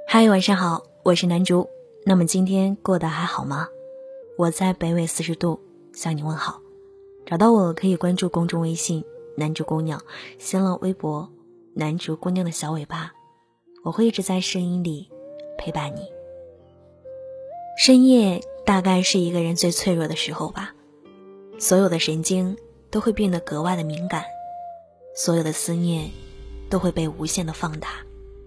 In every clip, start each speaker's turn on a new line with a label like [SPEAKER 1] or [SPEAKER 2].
[SPEAKER 1] 嗨，晚上好，我是南竹。那么今天过得还好吗？我在北纬40度向你问好。找到我可以关注公众微信南竹姑娘，新浪微博南竹姑娘的小尾巴，我会一直在声音里陪伴你。深夜大概是一个人最脆弱的时候吧，所有的神经都会变得格外的敏感，所有的思念都会被无限的放大。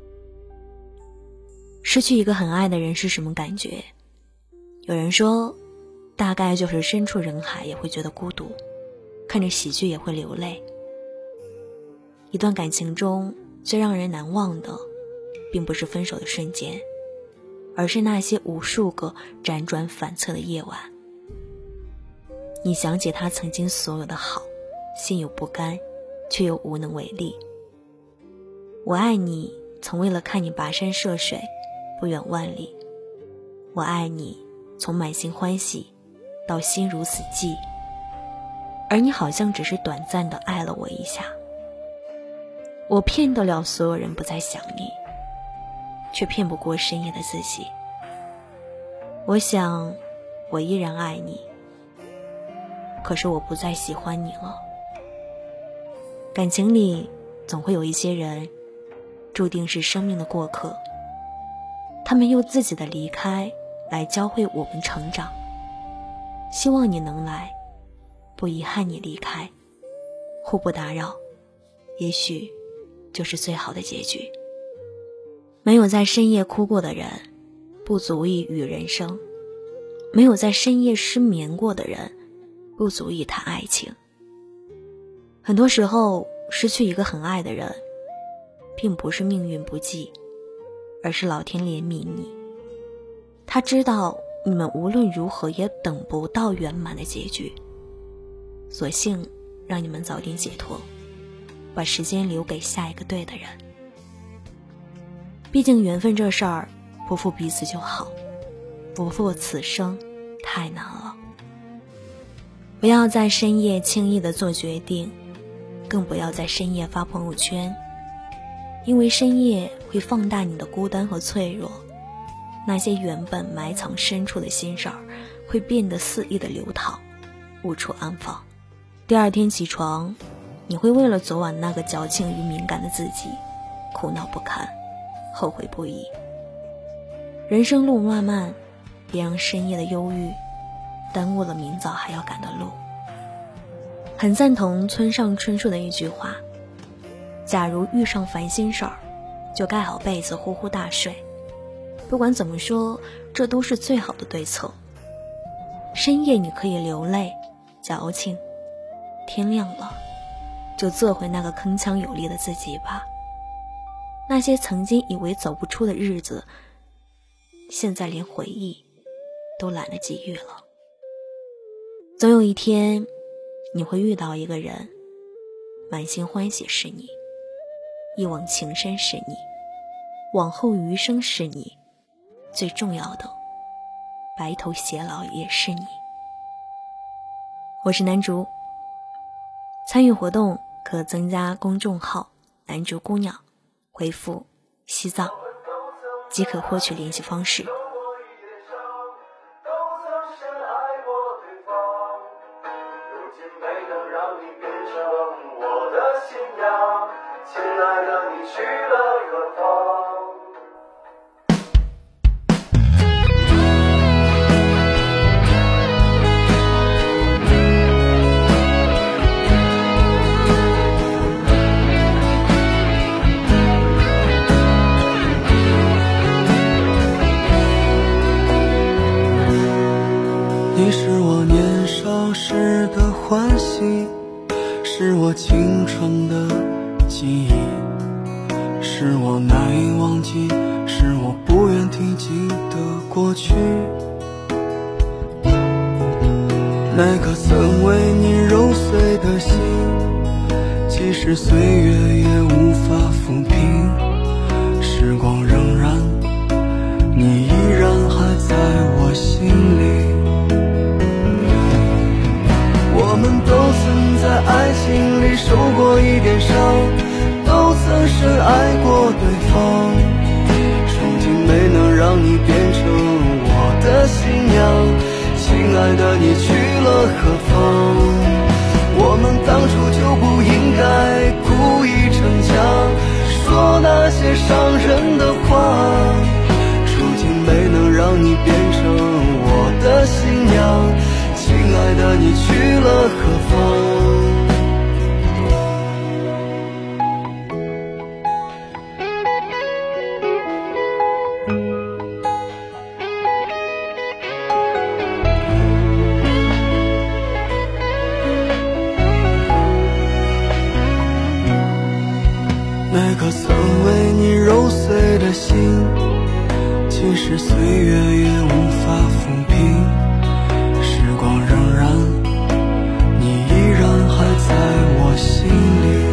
[SPEAKER 1] 失去一个很爱的人是什么感觉？有人说，大概就是身处人海也会觉得孤独，看着喜剧也会流泪。一段感情中最让人难忘的，并不是分手的瞬间，而是那些无数个辗转反侧的夜晚。你想起他曾经所有的好，心有不甘，却又无能为力。我爱你，曾为了看你跋山涉水，不远万里。我爱你，从满心欢喜到心如死寂，而你好像只是短暂地爱了我一下。我骗得了所有人不再想你，却骗不过深夜的自己。我想我依然爱你，可是我不再喜欢你了。感情里总会有一些人注定是生命的过客，他们用自己的离开来教会我们成长。希望你能来，不遗憾你离开，互不打扰，也许就是最好的结局。没有在深夜哭过的人，不足以与人生；没有在深夜失眠过的人，不足以谈爱情。很多时候，失去一个很爱的人，并不是命运不济，而是老天怜悯你。他知道你们无论如何也等不到圆满的结局，索性让你们早点解脱，把时间留给下一个对的人。毕竟缘分这事儿，不负彼此就好，不负此生太难了。不要在深夜轻易的做决定，更不要在深夜发朋友圈，因为深夜会放大你的孤单和脆弱，那些原本埋藏深处的心事儿会变得肆意的流淌，无处安放。第二天起床，你会为了昨晚那个矫情与敏感的自己苦恼不堪，后悔不已。人生路漫漫，别让深夜的忧郁耽误了明早还要赶的路。很赞同村上春树的一句话，假如遇上烦心事儿，就盖好被子呼呼大睡。不管怎么说，这都是最好的对策。深夜你可以流泪矫情，天亮了就做回那个铿锵有力的自己吧。那些曾经以为走不出的日子，现在连回忆都懒得给予了。总有一天你会遇到一个人，满心欢喜是你，一往情深是你，往后余生是你，最重要的白头偕老也是你。我是南竹，参与活动可增加公众号南竹姑娘，回复西藏即可获取联系方式。
[SPEAKER 2] 你是我年少时的欢喜，是我青春的记忆，是我难以忘记，是我不愿提及的过去。那颗曾为你揉碎的心，即使岁月也无法抚平，时光仍然，你依然还在我心里。我们都曾在爱情里受过一点伤，都曾深爱过对方，如今没让你变成我的新娘。亲爱的，你去了何方？我们当初就不应该故意逞强，说那些伤人的话。如今没能让你变成我的新娘，亲爱的，你去了何方？那颗曾为你揉碎的心，即使岁月也无法抚平。时光荏苒，你依然还在我心里。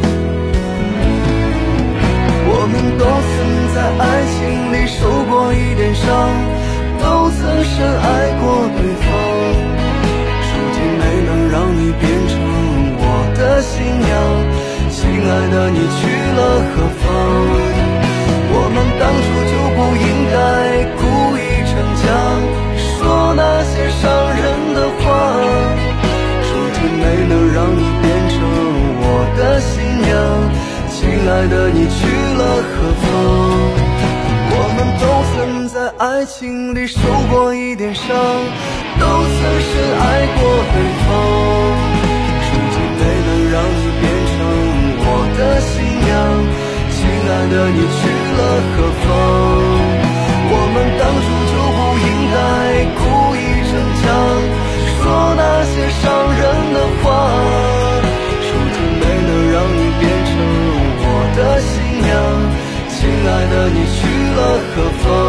[SPEAKER 2] 我们都曾在爱情里受过一点伤，都曾深爱过对方。如今没能让你变成我的新娘，亲爱的，你去了何方？我们当初就不应该故意逞强，说那些伤人的话。如今没能让你变成我的新娘，亲爱的，你去了何方？我们都曾在爱情里受过一点伤，都曾深爱过对方。如今没能让你变成我的新娘，亲爱的，你去了何方？我们当初就不应该故意逞强，说那些伤人的话。如今没能让你变成我的新娘，亲爱的，你去了何方？